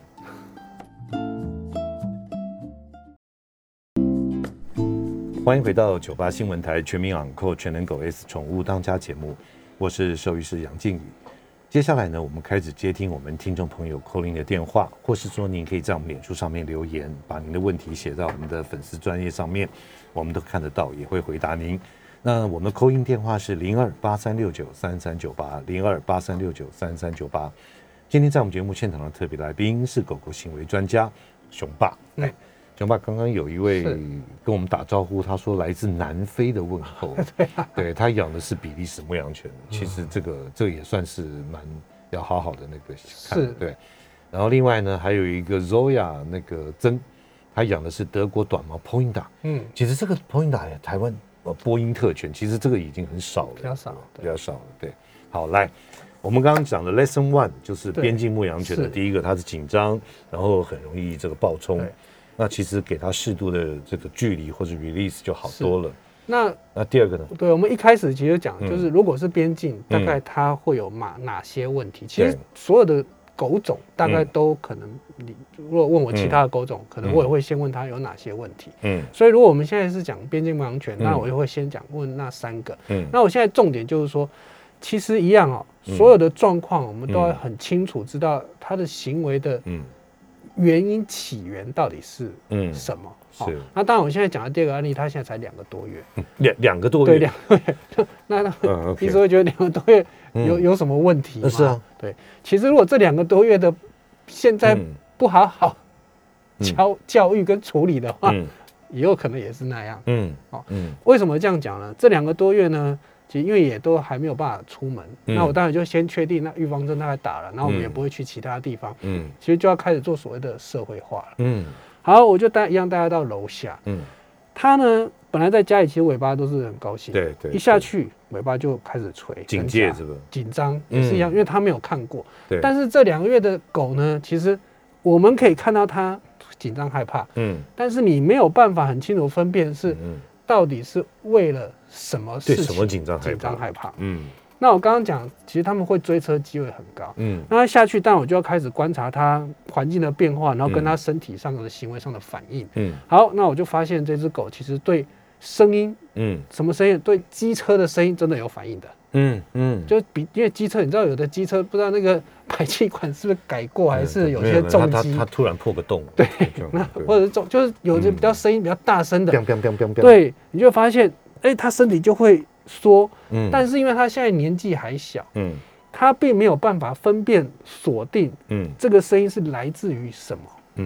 欢迎回到九八新闻台全民养狗全能狗 S 宠物当家节目，我是兽医师杨靖宇。接下来呢，我们开始接听我们听众朋友 call in 的电话，或是说您可以在我们脸书上面留言，把您的问题写在我们的粉丝专页上面，我们都看得到，也会回答您。那我们的 call in 电话是零二八三六九三三九八零二八三六九三三九八。今天在我们节目现场的特别来宾是狗狗行为专家熊爸。哎、嗯，熊爸刚刚有一位跟我们打招呼，他说来自南非的问候。对、啊，对他养的是比利时牧羊犬，其实这个这个也算是蛮要好好的那个看。是，对。然后另外呢，还有一个 Zoya 那个曾，他养的是德国短毛 Pointer。嗯，其实这个 Pointer 台湾。呃，波音特犬其实这个已经很少了， 比较少， 比较少了。对，好，来，我们刚刚讲的 Lesson One 就是边境牧羊犬的第一个，它是紧张，然后很容易这个暴冲。那其实给它适度的这个距离或者 release 就好多了。那那第二个呢？ 对，我们一开始其实讲就是，如果是边境，嗯、大概它会有哪哪些问题？其实所有的狗种大概都可能，你如果问我其他的狗种，嗯、可能我也会先问他有哪些问题。嗯，所以如果我们现在是讲边境牧羊犬，嗯、那我就会先讲问那三个。嗯，那我现在重点就是说，其实一样哦，所有的状况我们都要很清楚知道它的行为的原因起源到底是什么。嗯、是。那当然，我现在讲的第二个案例，它现在才两个多月， 两两个多月， 对，两个月。那那嗯、okay、医生会觉得两个多月有有什么问题吗？ 是啊， 对。其实如果这两个多月的现在不好好教、嗯、教育跟处理的话，嗯、也有可能也是那样。嗯，哦，嗯，为什么这样讲呢？这两个多月呢，其实因为也都还没有办法出门，嗯、那我当然就先确定那预防针大概打了，然后我们也不会去其他地方。嗯，其实就要开始做所谓的社会化了。嗯，好，我就带一样带他到楼下。嗯，他呢本来在家里其实尾巴都是很高兴， 对 对, 对， 一下去尾巴就开始垂， 警戒是不是？ 紧张也是一样，嗯、因为他没有看过。对，但是这两个月的狗呢，其实我们可以看到它紧张害怕，嗯，但是你没有办法很清楚分辨是到底是为了什么事情对什么紧张紧张害怕，嗯。那我刚刚讲，其实他们会追车机会很高，嗯。那他下去，但我就要开始观察它环境的变化，然后跟它身体上的行为上的反应，嗯。好，那我就发现这只狗其实对声音，嗯，什么声音？对机车的声音真的有反应的，嗯嗯。就比因为机车，你知道有的机车不知道那个排气管是不是改过，还是有些重机， 它突然破个洞， 对，那或者是重，就是有的比较声音比较大声的，对，你就发现，哎，它身体就会缩，嗯，但是因为他现在年纪还小，嗯，他并没有办法分辨锁定，嗯，这个声音是来自于什么，嗯，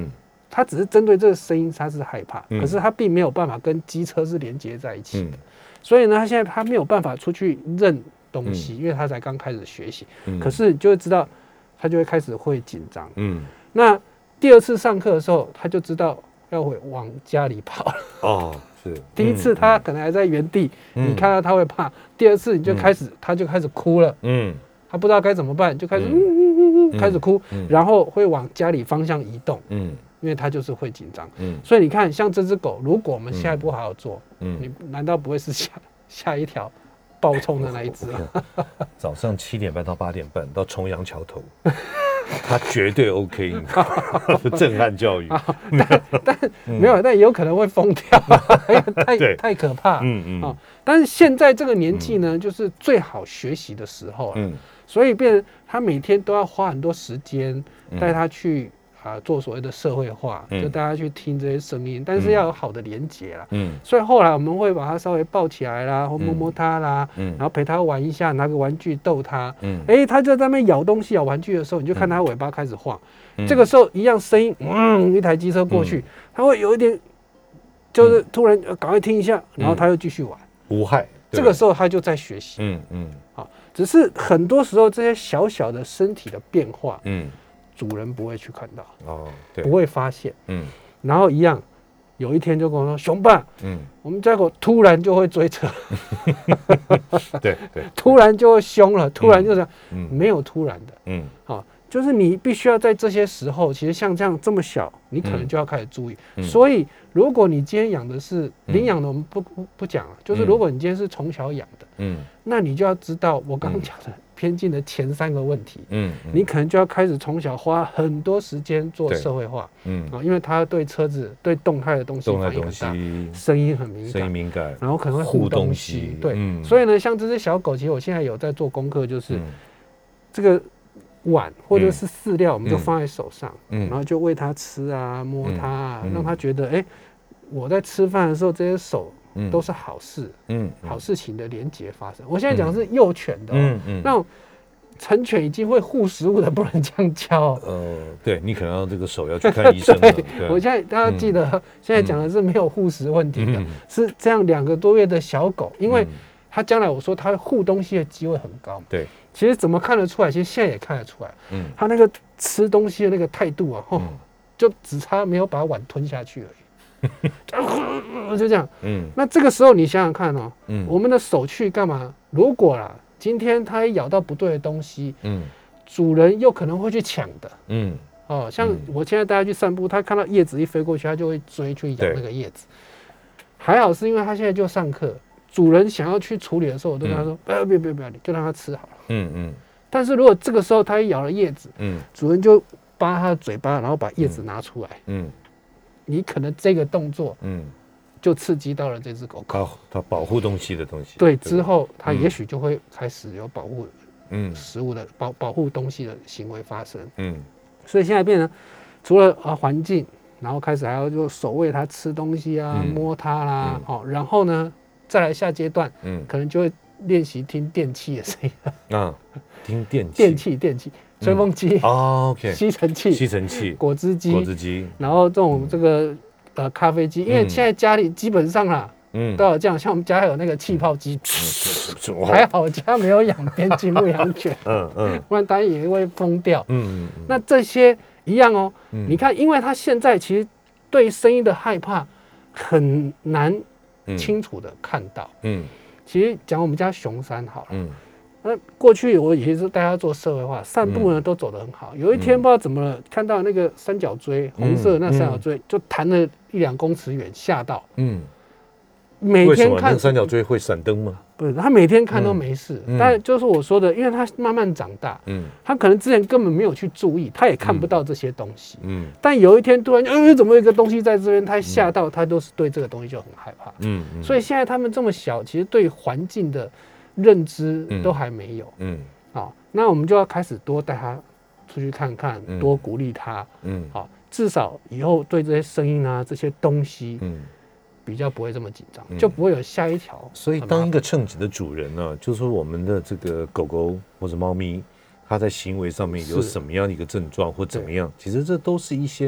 它只是针对这个声音，它是害怕，嗯、可是它并没有办法跟机车是连接在一起的。嗯、所以呢，它现在它没有办法出去认东西，嗯、因为它才刚开始学习。嗯、可是你就会知道，它就会开始会紧张。嗯，那第二次上课的时候，他就知道要会往家里跑了。哦，是。第一次他可能还在原地，嗯、你看到他会怕；第二次你就开始，嗯、他就开始哭了。嗯，他不知道该怎么办，就开始嗯嗯嗯嗯开始哭，嗯、然后会往家里方向移动。嗯，因为他就是会紧张。嗯，所以你看，像这只狗，如果我们下一步好好做，嗯，你难道不会是下下一条暴冲的那一只啊？ 早上七点半到八点半到重阳桥头。他绝对 OK， 震撼教育。 但但、嗯、没有，但也有可能会疯掉，太太可怕。嗯嗯、哦。但是现在这个年纪呢，嗯、就是最好学习的时候了。嗯。所以变成他每天都要花很多时间带他去啊做所谓的社会化，嗯、就带他去听这些声音，但是要有好的连结啦。嗯。所以后来我们会把他稍微抱起来啦，或摸摸他啦，嗯、然后陪他玩一下，拿个玩具逗他。嗯。哎、欸，他就在那边咬东西、咬玩具的时候，你就看他尾巴开始晃。嗯、这个时候一样声音，嗯，一台机车过去，嗯、他会有一点，就是突然赶快听一下，然后他又继续玩， 无害。 这个时候他就在学习。嗯嗯。好，只是很多时候这些小小的身体的变化，嗯。主人不会去看到哦，对，不会发现，嗯，然后一样，有一天就跟我说，熊爸，嗯，我们家狗突然就会追车， 对对， 突然就会凶了，突然就是，嗯，没有突然的，嗯，好，就是你必须要在这些时候，其实像这样这么小，你可能就要开始注意。嗯、所以，如果你今天养的是领养的，我们不不不讲了，就是如果你今天是从小养的，嗯，那你就要知道我刚刚讲的。偏近的前三个问题，嗯，嗯你可能就要开始从小花很多时间做社会化，嗯啊，因为他对车子、对动态的东西反应很大，声音很敏感， 声音敏感， 然后可能会护东西，对，嗯、所以呢，像这只小狗，其实我现在有在做功课，就是、嗯、这个碗或者是饲料，我们就放在手上，嗯、然后就喂它吃啊，摸它啊，嗯、让它觉得，哎、欸，我在吃饭的时候，这些手。都是好事，嗯，好事情的连结发生。我现在讲的是幼犬的、喔，嗯嗯，那种成犬已经会护食物的，不能这样教、喔。呃， 对你可能要这个手要去看医生了。对， 对我现在大家记得，嗯、现在讲的是没有护食问题的，嗯、是这样两个多月的小狗，因为它将来我说它护东西的机会很高。 对， 其实怎么看得出来？其实现在也看得出来，嗯，它那个吃东西的那个态度啊，吼、嗯，就只差没有把碗吞下去而已。就这样，嗯，那这个时候你想想看哦，嗯，我们的手去干嘛？如果啦，今天它咬到不对的东西，嗯，主人又可能会去抢的，嗯，哦，像我现在带它去散步，它看到叶子一飞过去，它就会追去咬那个叶子。还好是因为它现在就上课，主人想要去处理的时候，我都跟他说，不要不要不要不要，就让它吃好了，嗯嗯。但是如果这个时候它一咬了叶子，嗯，主人就扒它的嘴巴，然后把叶子拿出来，嗯。你可能这个动作，嗯，就刺激到了这只狗狗， 它保护东西的东西。 对，之后它也许就会开始有保护，嗯，食物的保保护东西的行为发生。嗯，所以现在变成除了啊环境，然后开始还要就手喂它吃东西啊，嗯、摸它啦，好、嗯，然后呢，再来下阶段，嗯，可能就会练习听电器的声音啊， 听电器， 电器，电器。吹风机、 哦 OK 吸尘器、 吸尘器、 果汁机、 果汁机， 然后这种这个呃咖啡机，因为现在家里基本上啦，嗯，都有这样，像我们家还有那个气泡机，还好我家没有养边境牧羊犬，嗯嗯，不然大家也会疯掉，嗯嗯，那这些一样哦，你看，因为他现在其实对声音的害怕很难清楚的看到，嗯，其实讲我们家熊山好了，嗯。那过去我也是带他做社会化，散步呢都走得很好。有一天不知道怎么了，看到那个三角锥，红色的那三角锥就弹了一两公尺远，吓到。嗯， 每天看那三角锥会闪灯吗？ 不是，他每天看都没事。但就是我说的，因为他慢慢长大，嗯，他可能之前根本没有去注意，他也看不到这些东西。嗯，但有一天突然，呃，怎么有一个东西在这边？他吓到，他都是对这个东西就很害怕。嗯，所以现在他们这么小，其实对环境的认知都还没有，嗯，好，那我们就要开始多带他出去看看，嗯、多鼓励他，嗯，好，至少以后对这些声音啊、这些东西，嗯，比较不会这么紧张，嗯、就不会有下一条。 所以，当一个称职的主人呢、啊，就是说我们的这个狗狗或者猫咪，它在行为上面有什么样的一个症状或怎么样，其实这都是一些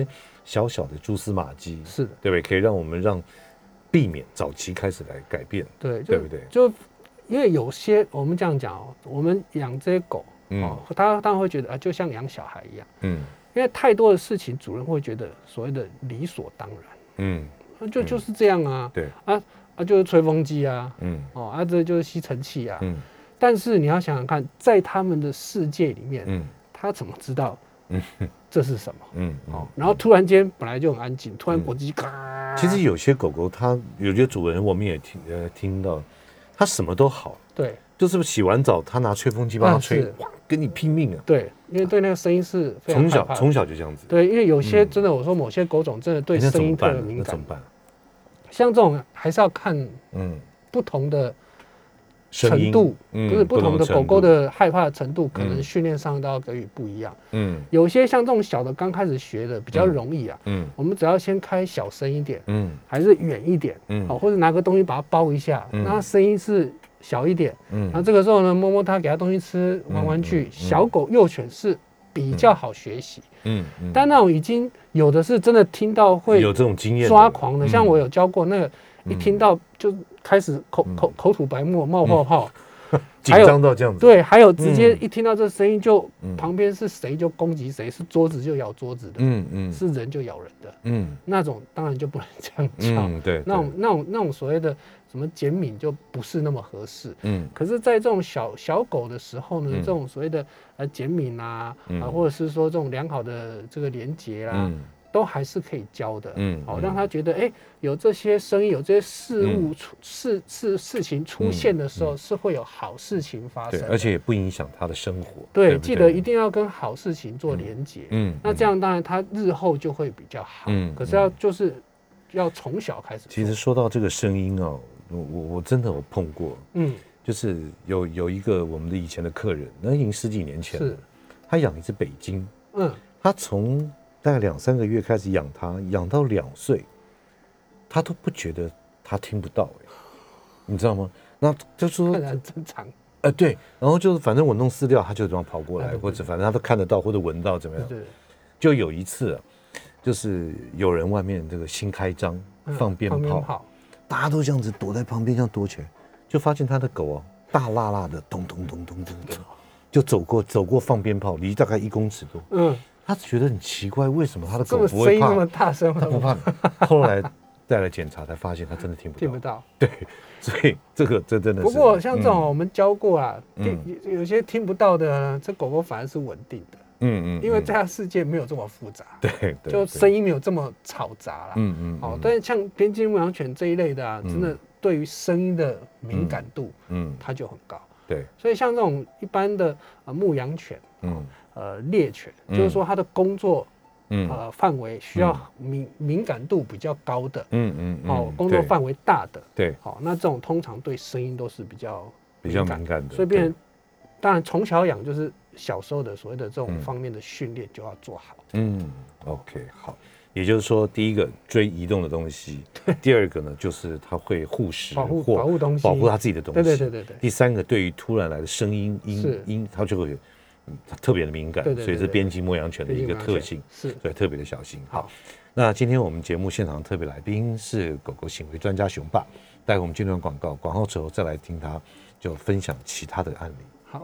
小小的蛛丝马迹， 是的， 对不对？可以让我们让避免早期开始来改变， 对， 对不对？ 就因为有些我们这样讲哦，我们养这些狗，嗯、哦，他当然会觉得啊，就像养小孩一样，嗯，因为太多的事情，主人会觉得所谓的理所当然，嗯，就就是这样啊， 对啊啊，就是吹风机啊，嗯，哦啊，这就是吸尘器啊，嗯，但是你要想想看，在他们的世界里面，嗯，他怎么知道？嗯，这是什么？嗯，哦，然后突然间本来就很安静，突然火机咔。 其实有些狗狗，它有些主人我们也听呃听到，它什么都好， 对， 就是洗完澡，它拿吹风机帮它吹，哇，跟你拼命啊！ 对，因为对那个声音是非常从小从小就这样子。 对，因为有些真的，我说某些狗种真的对声音特别敏感， 那怎么办？ 像这种还是要看嗯不同的。程度、嗯、不是不同的狗狗的害怕的程度，可能训练上都要给予不一样。嗯，有些像这种小的刚开始学的比较容易啊。嗯，我们只要先开小声一点，嗯，还是远一点，嗯，好，或者拿个东西把它包一下，嗯、让它声音是小一点。嗯，然后这个时候呢，摸摸它，给它东西吃，玩玩具。嗯、小狗幼犬是比较好学习。嗯，嗯但那种已经有的是真的听到会有这种经验抓狂的，像我有教过那个。一听到就开始口口口吐白沫、冒泡泡， 紧张到这样子。 对，还有直接一听到这声音就旁边是谁就攻击谁，是桌子就咬桌子的，嗯嗯，是人就咬人的，嗯，那种当然就不能这样叫，嗯，对，那种那种那种所谓的什么减敏就不是那么合适，嗯，可是，在这种小小狗的时候呢，这种所谓的呃减敏啊，啊，或者是说这种良好的这个连结啦。都还是可以教的，嗯，好、哦，让他觉得，哎、欸，有这些声音，有这些事物出、嗯、事事事情出现的时候，嗯嗯、是会有好事情发生， 对，而且也不影响他的生活。 对， 对对记得一定要跟好事情做连结，嗯，那这样当然他日后就会比较好，嗯，可是要就是要从小开始。 其实说到这个声音哦，我我真的有碰过，嗯，就是有有一个我们的以前的客人，那已经十几年前了，他养一只北京，嗯，他从大概两三个月开始养它，养到两岁，他都不觉得他听不到、欸，你知道吗？那就说很正常， 呃，对，然后就是反正我弄饲料，他就这样跑过来，或者反正他都看得到或者闻到怎么样。对，就有一次、啊，就是有人外面这个新开张放鞭炮，大家都这样子躲在旁边这样躲起来，就发现他的狗哦、啊，大辣辣的咚咚咚咚咚咚，就走过走过放鞭炮，离大概一公尺多，嗯。他觉得很奇怪，为什么他的狗不会怕？ 这么大声， 他不怕。后来带来检查，才发现他真的听不到。 听不到。 对，所以这个这真的是。 不过像这种我们教过啊，嗯、有些听不到的，这狗狗反而是稳定的。嗯嗯。因为在它世界没有这么复杂。 对。 就声音没有这么嘈杂啦。嗯嗯。好，但是像边境牧羊犬这一类的啊，真的对于声音的敏感度，嗯，它就很高。 对。 所以像这种一般的呃牧羊犬，嗯。呃，猎犬、嗯、就是说它的工作，嗯，呃，范围需要敏、嗯、敏感度比较高的，嗯嗯，好、哦，工作范围大的， 对， 好、哦，那这种通常对声音都是比较比较敏感的， 所以变成，当然从小养就是小时候的所谓的这种方面的训练就要做好。 嗯 ，OK， 好，也就是说，第一个追移动的东西，第二个呢就是它会护食保护保护东西， 保护它自己的东西， 对对对对对。 第三个，对于突然来的声音音音，它就会。特别的敏感，对对对对，所以是边境牧羊犬的一个特性， 是， 所以特别的小心。好，那今天我们节目现场特别来宾是狗狗行为专家熊爸，待会我们进段广告，广告之后再来听他就分享其他的案例。 好，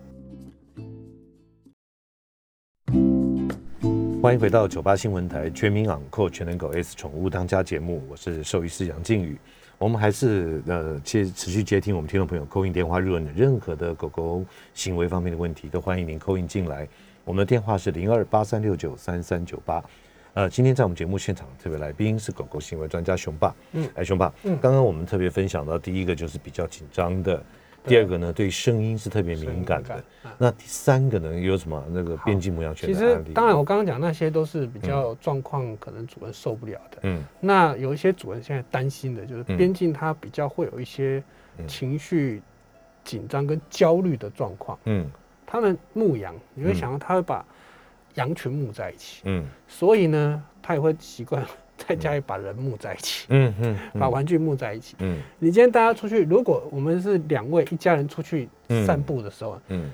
欢迎回到九八新闻台全民养狗全能狗 S 宠物当家节目，我是兽医师杨靖宇。我们还是呃接持续接听我们听众朋友 call in 电话，如果有任何的狗狗行为方面的问题，都欢迎您 call in 进来。我们的电话是零二八三六九三三九八。呃，今天在我们节目现场特别来宾是狗狗行为专家熊爸。嗯，哎，熊爸，嗯，刚刚我们特别分享到第一个就是比较紧张的。第二个呢，对声音是特别敏感的。那第三个呢，有什么那个边境牧羊犬的案例？ 其实当然，我刚刚讲那些都是比较状况，可能主人受不了的。嗯，那有一些主人现在担心的就是边境它比较会有一些情绪紧张跟焦虑的状况。嗯，他们牧羊，你会想到他会把羊群牧在一起。嗯，所以呢，他也会习惯。在家里把人牧在一起，嗯嗯，把玩具牧在一起，嗯。你今天大家出去，如果我们是两位一家人出去散步的时候，嗯，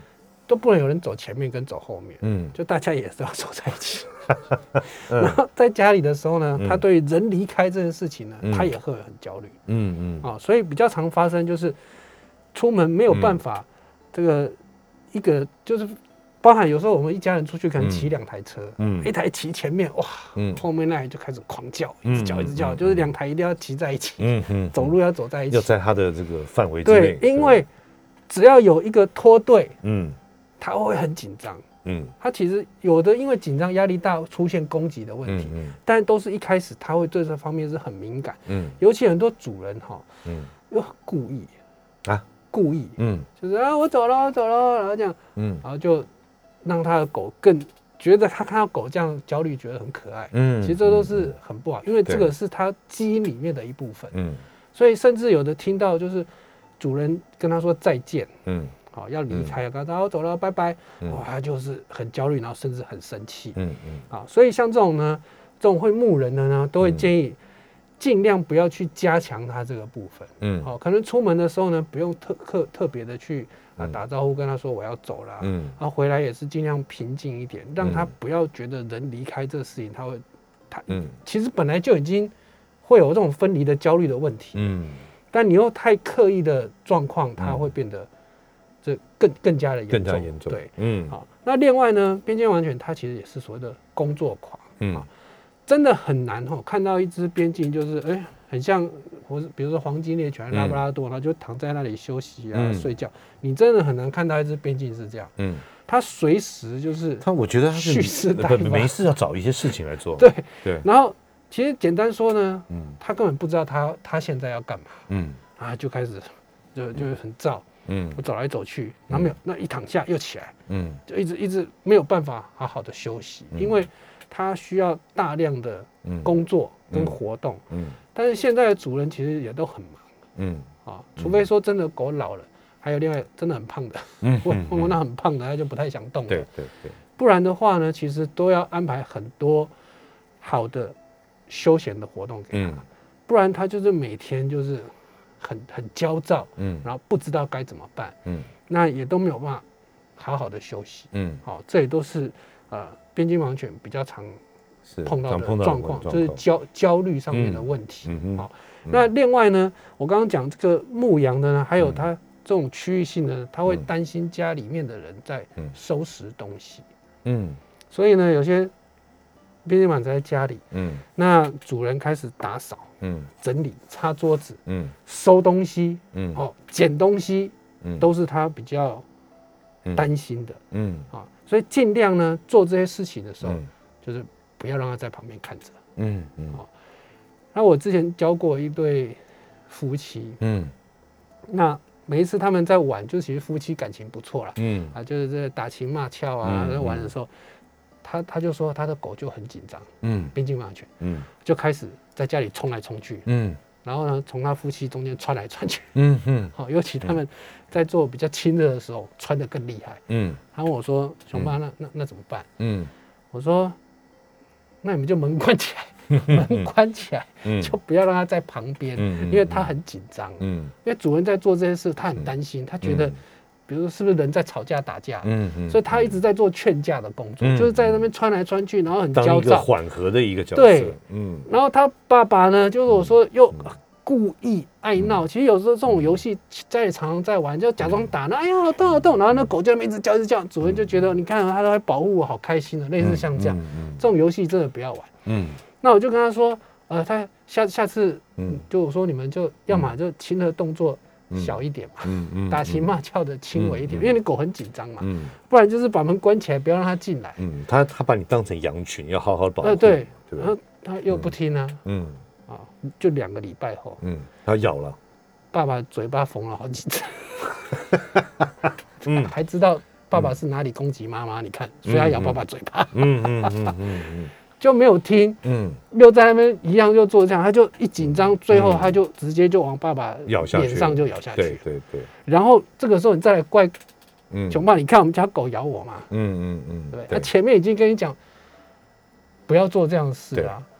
都不能有人走前面跟走后面，嗯，就大家也是要走在一起。嗯、然后在家里的时候呢，嗯、他对人离开这件事情呢，嗯、他也会很焦虑，嗯嗯，啊、哦，所以比较常发生就是出门没有办法，这个一个就是包含有时候我们一家人出去可能骑两台车，嗯，一台骑前面哇，嗯，后面那台就开始狂叫，一直叫一直叫，嗯、就是两台一定要骑在一起，嗯嗯，走路要走在一起， 要在他的这个范围之内， 对，因为只要有一个脱队，嗯。他会很紧张，嗯，他其实有的因为紧张、压力大出现攻击的问题，嗯嗯、但都是一开始他会对这方面是很敏感，嗯，尤其很多主人哈，嗯，又故意啊，故意，嗯，就是啊我走了我走了，然后这样，嗯，然后就让他的狗更觉得他看到狗这样焦虑，觉得很可爱，嗯，其实这都是很不好，因为这个是他基因里面的一部分，嗯，所以甚至有的听到就是主人跟他说再见，嗯。好，要离开，刚刚我走了，拜拜。哇，他就是很焦虑，然后甚至很生气。嗯嗯。啊，所以像这种呢，这种会牧人的呢，都会建议尽量不要去加强他这个部分。嗯。好，可能出门的时候呢，不用特特特别的去啊打招呼，跟他说我要走了。嗯。然后回来也是尽量平静一点，让他不要觉得人离开这个事情，他会他嗯，其实本来就已经会有这种分离的焦虑的问题。嗯。但你又太刻意的状况，他会变得。这更更加的严重，更加严重。对，嗯，好。那另外呢，边境王犬它其实也是所谓的工作狂，嗯，啊，真的很难哈、哦。看到一只边境，就是哎，很像或是比如说黄金猎犬、拉布拉多，它、嗯、就躺在那里休息啊、嗯、睡觉。你真的很难看到一只边境是这样，嗯，它随时就是它，我觉得它是蓄势待发， 没事要找一些事情来做。 对对。然后其实简单说呢，嗯，它根本不知道它它现在要干嘛，嗯，啊，就开始就就很躁。嗯，我走来走去，然后没有，那一躺下又起来，嗯，就一直一直没有办法好好的休息，嗯、因为他需要大量的工作跟活动，嗯，嗯但是现在的主人其实也都很忙，嗯，啊，除非说真的狗老了，还有另外真的很胖的，嗯，我我那很胖的他就不太想动了， 对对对， 不然的话呢，其实都要安排很多好的休闲的活动给他，嗯、不然他就是每天就是。很很焦躁，嗯，然后不知道该怎么办，嗯，那也都没有办法好好的休息，嗯，好，这也都是呃边境王犬比较常碰到的状况，就是焦焦虑上面的问题，嗯好，那另外呢，我刚刚讲这个牧羊的呢，还有它这种区域性的，他会担心家里面的人在收拾东西，嗯，所以呢，有些边境王在家里，嗯，那主人开始打扫。嗯，整理、擦桌子，嗯，收东西，嗯，哦，捡东西，嗯，都是他比较担心的，嗯，啊，所以尽量呢做这些事情的时候，嗯、就是不要让他在旁边看着，嗯嗯，好。那我之前教过一对夫妻，嗯，那每一次他们在玩，就其实夫妻感情不错啦，嗯，啊，就是在打情骂俏啊，在、嗯、玩的时候。他他就说他的狗就很紧张，嗯，边境王犬，嗯，就开始在家里冲来冲去，嗯，然后呢，从他夫妻中间穿来穿去，嗯嗯，好，尤其他们在做比较亲热的时候，穿得更厉害，嗯，他问我说：“熊爸，那那那怎么办？”嗯，我说：“那你们就门关起来，门关起来，嗯、就不要让他在旁边，嗯、因为他很紧张，嗯，因为主人在做这些事，他很担心，他觉得。”比如说是不是人在吵架打架，嗯嗯，所以他一直在做劝架的工作，嗯、就是在那边穿来穿去，然后很焦躁，当一个缓和的一个角色， 对，嗯。然后他爸爸呢，就是我说又故意爱闹，嗯、其实有时候这种游戏家里常常在玩，就假装打，那哎呀好痛好痛，然后那狗就一直叫一直叫，主人就觉得你看他都在保护我，好开心的，类似像这样，嗯嗯、这种游戏真的不要玩，嗯。那我就跟他说，呃，他下下次，嗯，就我说你们就要么就亲的动作。小一点嘛，嗯嗯，打情骂俏的轻微一点，因为你狗很紧张嘛，嗯，不然就是把门关起来，不要让它进来。 嗯，他他把你当成羊群，要好好保护。 呃，对，然后他又不听啊，嗯，啊，就两个礼拜后， 嗯，他咬了， 爸爸嘴巴缝了好几次，嗯，还知道爸爸是哪里攻击妈妈，你看，所以他咬爸爸嘴巴，嗯嗯嗯嗯嗯。就没有听，嗯，又在那边一样又做这样，他就一紧张，最后他就直接就往爸爸脸上就咬下去， 对对对。 然后这个时候你再来怪，嗯，熊爸，你看我们家狗咬我嘛，嗯嗯嗯，对，他前面已经跟你讲不要做这样的事啊，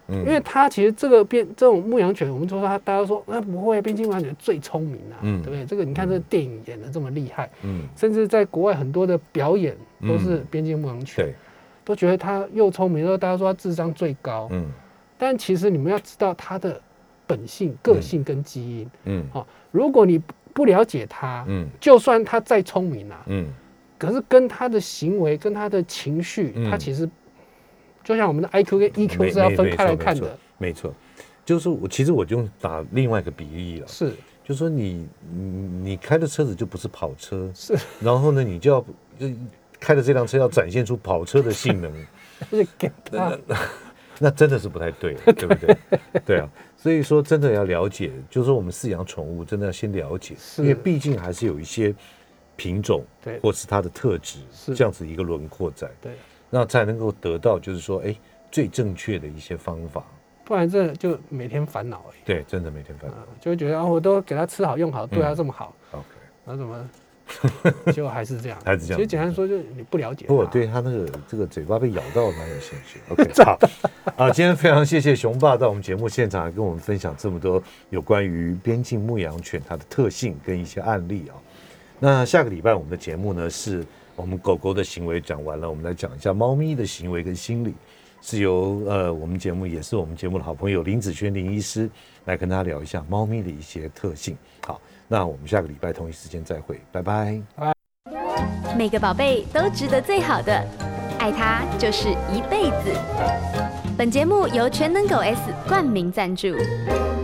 嗯，因为它其实这个边这种牧羊犬，我们说它大家说那不会，边境牧羊犬最聪明啊，嗯，对不对？这个你看这个电影演的这么厉害，嗯，甚至在国外很多的表演都是边境牧羊犬，对，都觉得它又聪明，然后大家说它智商最高，嗯，但其实你们要知道它的本性、个性跟基因，嗯，好，如果你不了解它，嗯，就算它再聪明啊，嗯，可是跟它的行为、跟它的情绪，它其实。就像我们的 I Q 跟 E Q 是要分开来看的， 没错，就是我其实我就打另外一个比喻了， 是， 就是说你你你开的车子就不是跑车，是，然后呢，你就要就开的这辆车要展现出跑车的性能， 是给他， 那真的是不太对，对不对？对啊，所以说真的要了解，就是说我们饲养宠物真的要先了解，因为毕竟还是有一些品种，对，或是它的特质，这样子一个轮廓在，对。那才能够得到，就是说，哎，最正确的一些方法， 不然这就每天烦恼而已。 对，真的每天烦恼， 就会觉得啊，我都给他吃好用好，对他这么好 ，OK， 那怎么就还是这样？ 还是这样？ 其实简单说，就是你不了解。 不，我对他那个这个嘴巴被咬到蛮有兴趣。OK， 好，啊，今天非常谢谢熊爸到我们节目现场来跟我们分享这么多有关于边境牧羊犬它的特性跟一些案例啊。那下个礼拜我们的节目呢是。我们狗狗的行为讲完了，我们来讲一下猫咪的行为跟心理，是由呃我们节目也是我们节目的好朋友林子轩林医师来跟大家聊一下猫咪的一些特性。好，那我们下个礼拜同一时间再会，拜拜。 每个宝贝都值得最好的，爱它就是一辈子。本节目由全能狗 S 冠名赞助。